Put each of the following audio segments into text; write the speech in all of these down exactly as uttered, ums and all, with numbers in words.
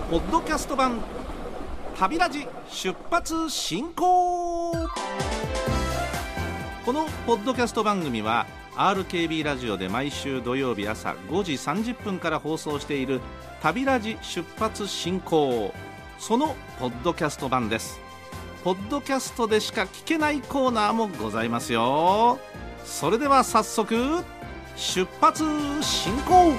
ポッドキャスト版旅ラジ出発進行。このポッドキャスト番組は アールケービー ラジオで毎週土曜日朝ごじさんじゅっぷんから放送している旅ラジ出発進行、そのポッドキャスト版です。ポッドキャストでしか聞けないコーナーもございますよ。それでは早速出発進行。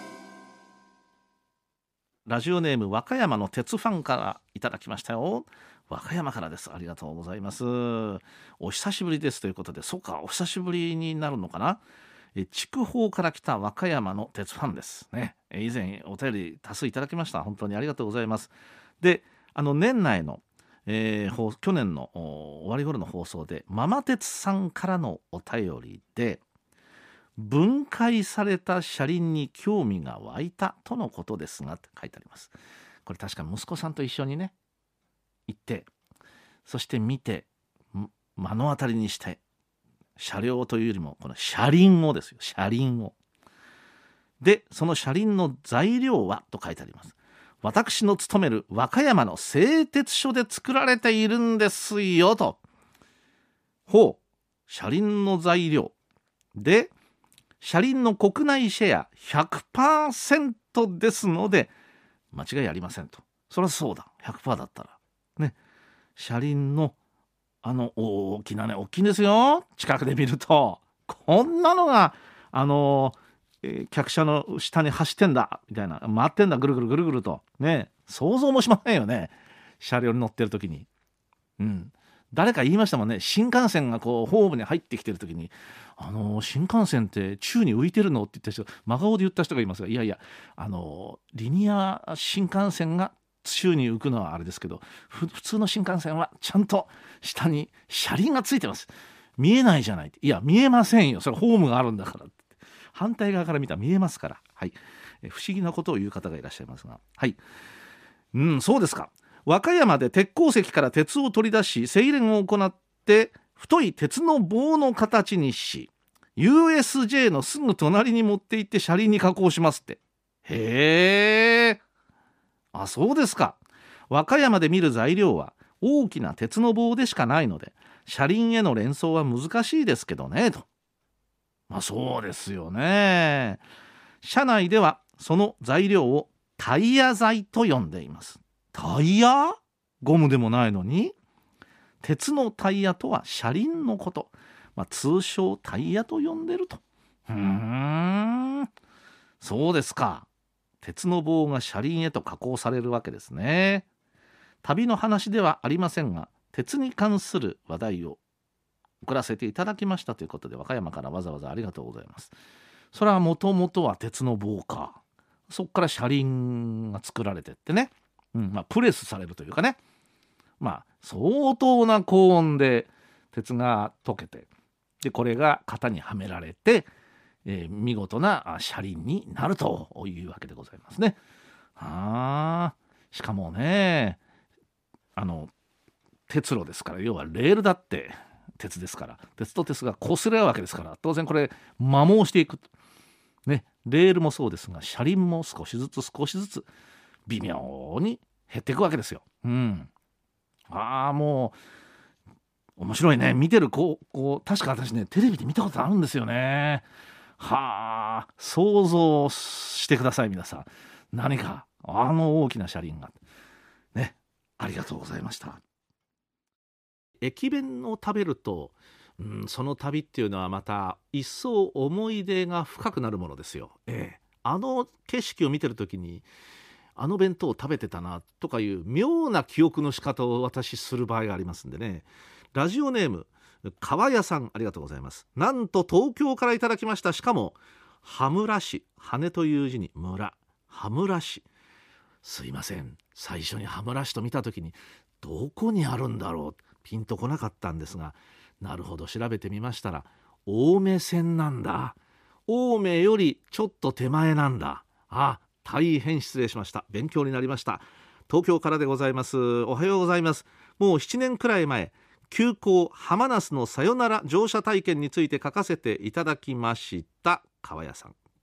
ラジオネーム和歌山の鉄ファンからいただきましたよ。和歌山からです。ありがとうございます。お久しぶりですということで、そうか、お久しぶりになるのかな。え筑豊から来た和歌山の鉄ファンですね。え以前お便り多数いただきました。本当にありがとうございます。で、あの年内の、えー、去年の終わり頃の放送でママ鉄さんからのお便りで、分解された車輪に興味が湧いたとのことですがって書いてあります。これ確か息子さんと一緒にね行って、そして見て目の当たりにして、車両というよりもこの車輪をですよ、車輪を。でその車輪の材料はと書いてあります。私の勤める和歌山の製鉄所で作られているんですよと。ほう、車輪の材料で車輪の国内シェア ひゃくパーセント ですので間違いありませんと。そりゃそうだ、 ひゃくパーセント だったらね。車輪のあの大きなね、大きいんですよ。近くで見るとこんなのがあの、えー、客車の下に走ってんだみたいな、回ってんだ、ぐるぐるぐるぐるとね。想像もしませんよね、車両に乗ってる時に。うん誰か言いましたもんね。新幹線がこうホームに入ってきてる時に、あのー、新幹線って宙に浮いてるのって言った人、真顔で言った人がいますが、いやいや、あのー、リニア新幹線が宙に浮くのはあれですけど、普通の新幹線はちゃんと下に車輪がついてます。見えないじゃない。いや見えませんよ、それホームがあるんだから。反対側から見たら見えますから。はい、え不思議なことを言う方がいらっしゃいますが、はい、うん、そうですか。和歌山で鉄鉱石から鉄を取り出し精錬を行って太い鉄の棒の形にし ユーエスジェー のすぐ隣に持って行って車輪に加工しますって。へえ、あ、そうですか。和歌山で見る材料は大きな鉄の棒でしかないので車輪への連想は難しいですけどねと。まあそうですよね。社内ではその材料をタイヤ材と呼んでいます。タイヤ？ゴムでもないのに。鉄のタイヤとは車輪のこと、まあ、通称タイヤと呼んでると。うーん、そうですか。鉄の棒が車輪へと加工されるわけですね。旅の話ではありませんが、鉄に関する話題を送らせていただきましたということで、和歌山からわざわざありがとうございます。それはもともとは鉄の棒か、そこから車輪が作られてってね、うんまあ、プレスされるというかね、まあ、相当な高温で鉄が溶けて、でこれが型にはめられて、えー、見事な車輪になるというわけでございますね。あしかもね、あの鉄路ですから、要はレールだって鉄ですから、鉄と鉄が擦れ合うわけですから、当然これ摩耗していく、ね、レールもそうですが車輪も少しずつ少しずつ微妙に減っていくわけですよ。うん、ああもう面白いね。見てるこうこう確か私ねテレビで見たことあるんですよね。はあ、想像してください皆さん。何かあの大きな車輪がね。ありがとうございました。駅弁を食べると、うん、その旅っていうのはまた一層思い出が深くなるものですよ。ええ、あの景色を見てるときにあの弁当を食べてたなとかいう妙な記憶の仕方を私する場合がありますんでね。ラジオネーム川屋さん、ありがとうございます。なんと東京からいただきました。しかも羽村市、羽という字に村、羽村市。すいません、最初に羽村市と見た時にどこにあるんだろう、ピンとこなかったんですが、なるほど、調べてみましたら青梅線なんだ。青梅よりちょっと手前なんだ。あ、大変失礼しました。勉強になりました。東京からでございます。おはようございます。もうななねんくらい前、急行浜那須のさよなら乗車体験について書かせていただきました。川谷さん、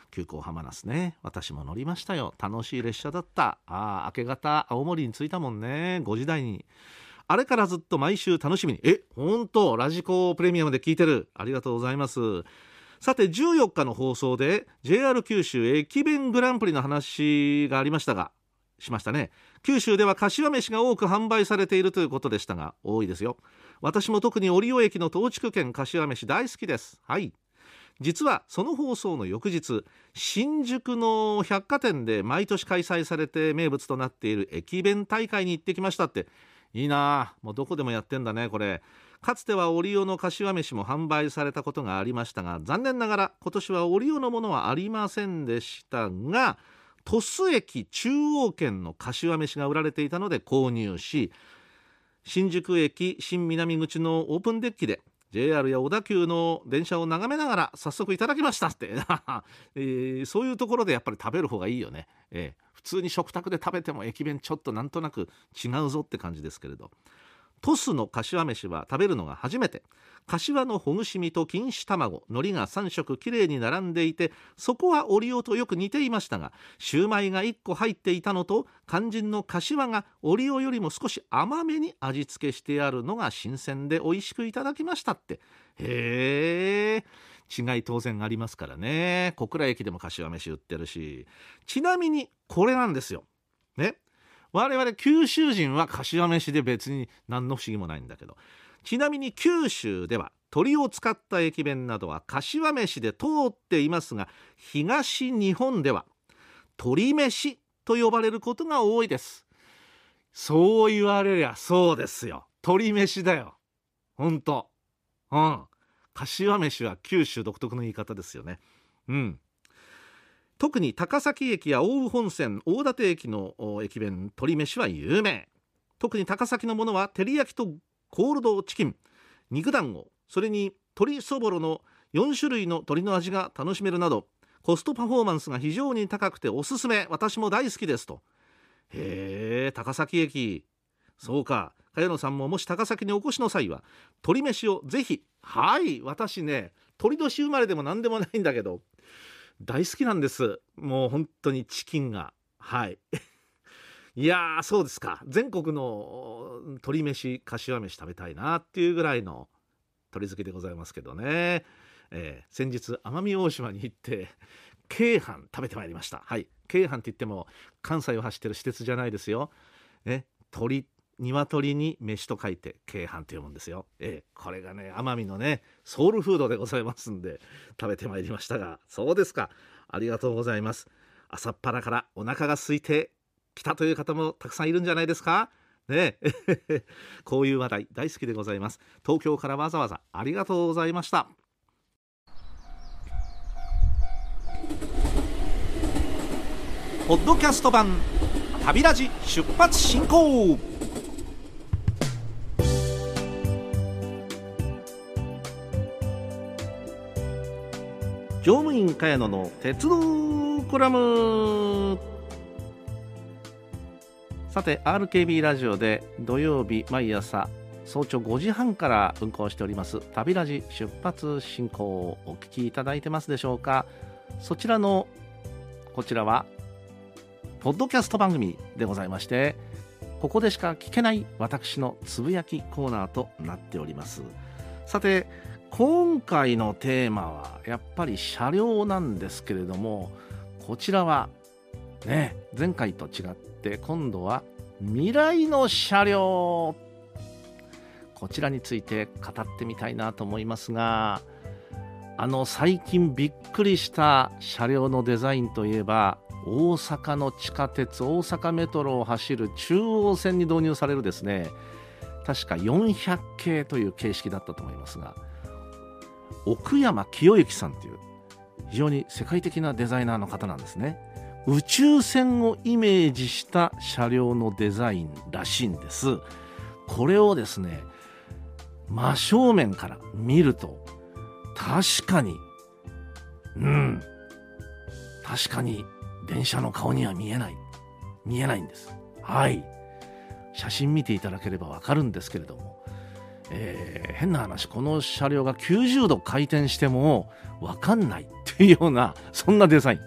急行浜那須ね、私も乗りましたよ。楽しい列車だった。あ明け方青森に着いたもんね、ごじ台に。あれからずっと毎週楽しみに、え本当ラジコプレミアムで聞いてる、ありがとうございます。さてじゅうよっかの放送で ジェイアール 九州駅弁グランプリの話がありましたがしましたね。九州では柏飯が多く販売されているということでしたが、多いですよ。私も特に折尾駅の東筑軒柏飯大好きです。はい、実はその放送の翌日、新宿の百貨店で毎年開催されて名物となっている駅弁大会に行ってきましたって。いいな、もうどこでもやってんだねこれ。かつては折尾の柏飯も販売されたことがありましたが、残念ながら今年は折尾のものはありませんでしたが、鳥栖駅中央圏の柏飯が売られていたので購入し、新宿駅新南口のオープンデッキで ジェイアール や小田急の電車を眺めながら早速いただきましたって、えー、そういうところでやっぱり食べる方がいいよね、えー、普通に食卓で食べても駅弁ちょっとなんとなく違うぞって感じですけれど、鳥栖の柏飯は食べるのが初めて。柏のほぐし身と錦糸卵、海苔がさん色きれいに並んでいて、そこは折尾とよく似ていましたが、シューマイがいっこ入っていたのと、肝心の柏が折尾よりも少し甘めに味付けしてあるのが新鮮で美味しくいただきましたって。へー、違い当然ありますからね。小倉駅でも柏飯売ってるし。ちなみにこれなんですよね。我々九州人は柏飯で別に何の不思議もないんだけど、ちなみに九州では鶏を使った駅弁などは柏飯で通っていますが、東日本では鶏飯と呼ばれることが多いです。そう言われりゃそうですよ、鶏飯だよほんと。うん、柏飯は九州独特の言い方ですよね。うん、特に高崎駅や奥羽本線大館駅の駅弁鶏飯は有名。特に高崎のものは照り焼きとコールドチキン、肉団子、それに鶏そぼろのよん種類の鶏の味が楽しめるなど、コストパフォーマンスが非常に高くておすすめ、私も大好きですと。へえ、高崎駅、そうか。茅野さんももし高崎にお越しの際は鶏飯をぜひ。はい、私ね鶏年生まれでも何でもないんだけど大好きなんです。もう本当にチキンが、はいいやーそうですか。全国の鶏飯柏飯食べたいなっていうぐらいの鶏好きでございますけどね、えー、先日奄美大島に行って京阪食べてまいりました。はい、京阪って言っても関西を走ってる私鉄じゃないですよ、ね、鳥鶏に飯と書いて京阪というもんですよ、えー、これがね奄美のねソウルフードでございますんで食べてまいりましたが、そうですか、ありがとうございます。朝っぱらからお腹が空いて来たという方もたくさんいるんじゃないですかねこういう話題大好きでございます。東京からわざわざありがとうございました。ポッドキャスト版旅ラジ出発進行。乗務員茅野の鉄道コラム。さて アールケービー ラジオで土曜日毎朝早朝ごじはんから運行しております旅ラジ出発進行をお聞きいただいてますでしょうか。そちらのこちらはポッドキャスト番組でございまして、ここでしか聞けない私のつぶやきコーナーとなっております。さて今回のテーマはやっぱり車両なんですけれども、こちらはね前回と違って今度は未来の車両、こちらについて語ってみたいなと思いますが、あの最近びっくりした車両のデザインといえば、大阪の地下鉄大阪メトロを走る中央線に導入されるですね、確かよんひゃく系という形式だったと思いますが、奥山清之さんという非常に世界的なデザイナーの方なんですね。宇宙船をイメージした車両のデザインらしいんです。これをですね真正面から見ると確かにうん確かに電車の顔には見えない見えないんです。はい、写真見ていただければわかるんですけれども、えー、変な話、この車両がきゅうじゅうど回転してもわかんないっていうようなそんなデザイン、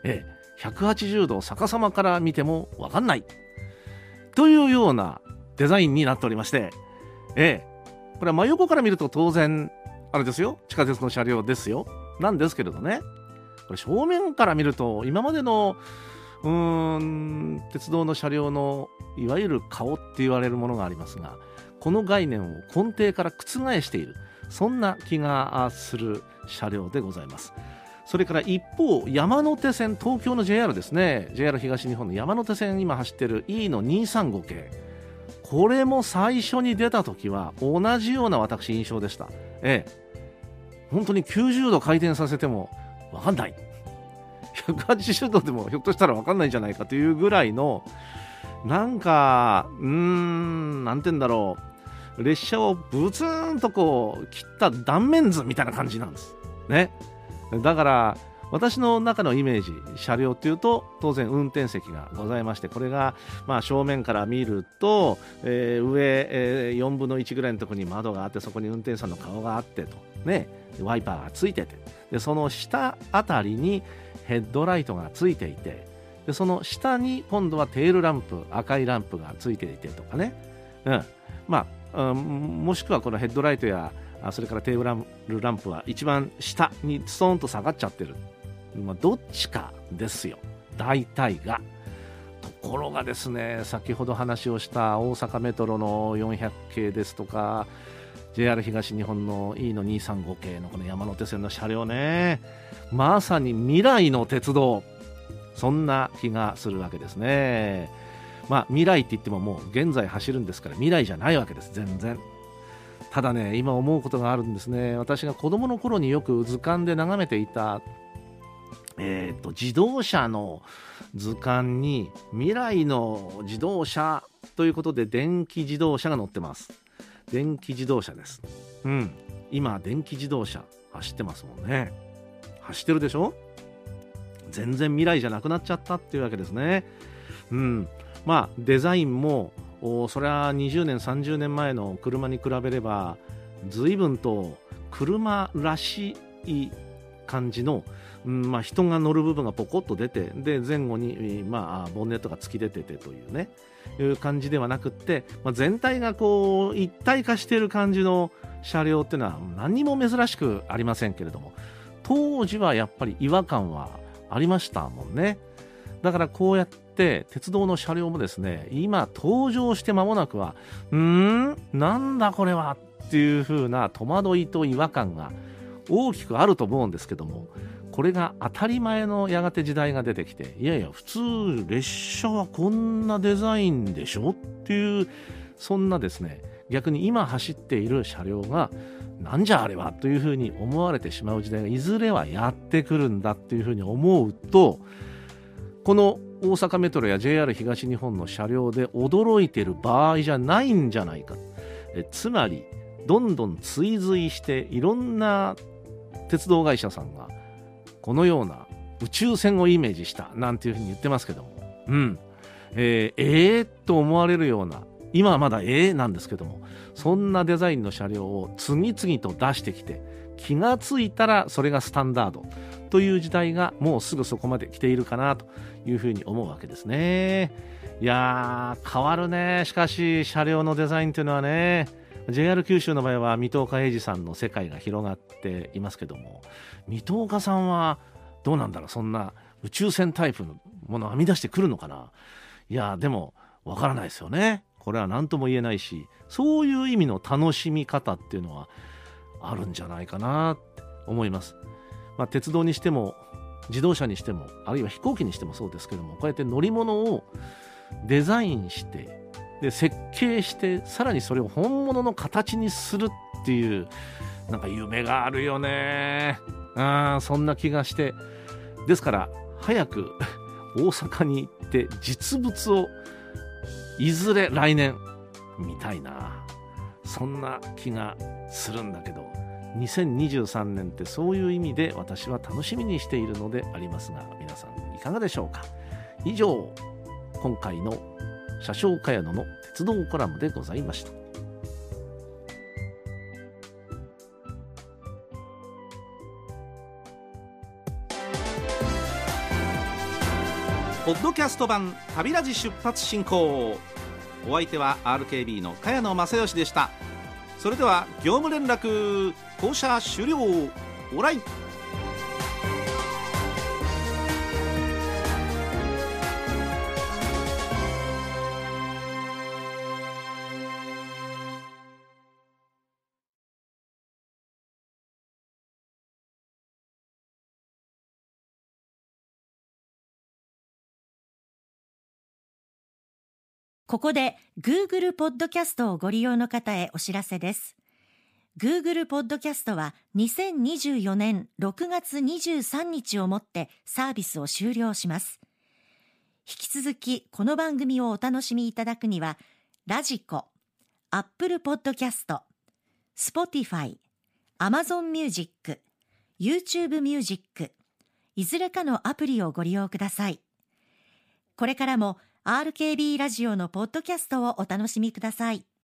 ええ、ひゃくはちじゅうど逆さまから見ても分かんないというようなデザインになっておりまして、ええ、これは真横から見ると当然あれですよ、地下鉄の車両ですよ、なんですけれどね、これ正面から見ると今までのうーん鉄道の車両のいわゆる顔って言われるものがありますが、この概念を根底から覆している、そんな気がする車両でございます。それから一方、山手線、東京の ジェイアール ですね、 ジェイアール 東日本の山手線今走ってる イー のにひゃくさんじゅうご系、これも最初に出た時は同じような私印象でした。ええ、本当にきゅうじゅうど回転させても分かんない、ひゃくはちじゅうどでもひょっとしたら分かんないんじゃないかというぐらいの、なんかうーんなんて言うんだろう、列車をブツンとこう切った断面図みたいな感じなんですね。だから私の中のイメージ、車両っていうと当然運転席がございまして、これがまあ正面から見ると、えー、上、えー、よんぶんのいちぐらいのところに窓があって、そこに運転手さんの顔があってとね、ワイパーがついてて、でその下あたりにヘッドライトがついていて、でその下に今度はテールランプ、赤いランプがついていてとかね、うん、まあ、うん、もしくはこのヘッドライトやそれからテールランプは一番下にストーンと下がっちゃってる、まあ、どっちかですよ大体が。ところがですね、先ほど話をした大阪メトロのよんひゃく系ですとか ジェイアール 東日本の イー のにひゃくさんじゅうご系のこの山手線の車両ね、まさに未来の鉄道、そんな気がするわけですね。まあ未来って言ってももう現在走るんですから未来じゃないわけです、全然。ただね、今思うことがあるんですね。私が子供の頃によく図鑑で眺めていた、えーと、自動車の図鑑に未来の自動車ということで電気自動車が載ってます。電気自動車です。うん。今電気自動車走ってますもんね。走ってるでしょ。全然未来じゃなくなっちゃったっていうわけですね。うん。まあデザインもそれはにじゅうねんさんじゅうねんまえの車に比べれば随分と車らしい感じの、うんまあ、人が乗る部分がポコッと出て、で前後に、まあ、ボンネットが突き出ててというねいう感じではなくって、まあ、全体がこう一体化している感じの車両っていうのは何にも珍しくありませんけれども、当時はやっぱり違和感はありましたもんね。だからこうやって鉄道の車両もですね、今登場して間もなくはうーんなんだこれはっていう風な戸惑いと違和感が大きくあると思うんですけども、これが当たり前のやがて時代が出てきて、いやいや普通列車はこんなデザインでしょっていう、そんなですね、逆に今走っている車両がなんじゃあれはというふうに思われてしまう時代がいずれはやってくるんだっていうふうに思うと、この大阪メトロや ジェイアール 東日本の車両で驚いている場合じゃないんじゃないか。えつまりどんどん追随していろんな鉄道会社さんがこのような宇宙船をイメージしたなんていうふうに言ってますけども、うんえー、えー、と思われるような、今はまだえーなんですけども、そんなデザインの車両を次々と出してきて、気がついたらそれがスタンダードという時代がもうすぐそこまで来ているかなというふうに思うわけですね。いやー変わるね。しかし車両のデザインというのはね、 ジェイアール 九州の場合は水戸岡英二さんの世界が広がっていますけども、水戸岡さんはどうなんだろう、そんな宇宙船タイプのものを編み出してくるのかな。いやでもわからないですよね。これは何とも言えないし、そういう意味の楽しみ方っていうのはあるんじゃないかなって思います。まあ、鉄道にしても自動車にしても、あるいは飛行機にしてもそうですけども、こうやって乗り物をデザインしてで設計して、さらにそれを本物の形にするっていう、なんか夢があるよね。あそんな気がして、ですから早く大阪に行って実物をいずれ来年見たいな、そんな気がするんだけど、にせんにじゅうさんねんってそういう意味で私は楽しみにしているのでありますが、皆さんいかがでしょうか。以上、今回の車掌茅野の鉄道コラムでございました。 ポッドキャスト版旅ラジ出発進行。お相手は アールケービー の茅野正義でした。それでは業務連絡降車終了。オライ。 ここで Google ポッドキャストをご利用の方へお知らせです。Google ポッドキャストはにせんにじゅうよねんろくがつにじゅうさんにちをもってサービスを終了します。引き続きこの番組をお楽しみいただくには、ラジコ、Apple ポッドキャスト、Spotify、Amazon Music、YouTube Music、いずれかのアプリをご利用ください。これからもアールケービー ラジオのポッドキャストをお楽しみください。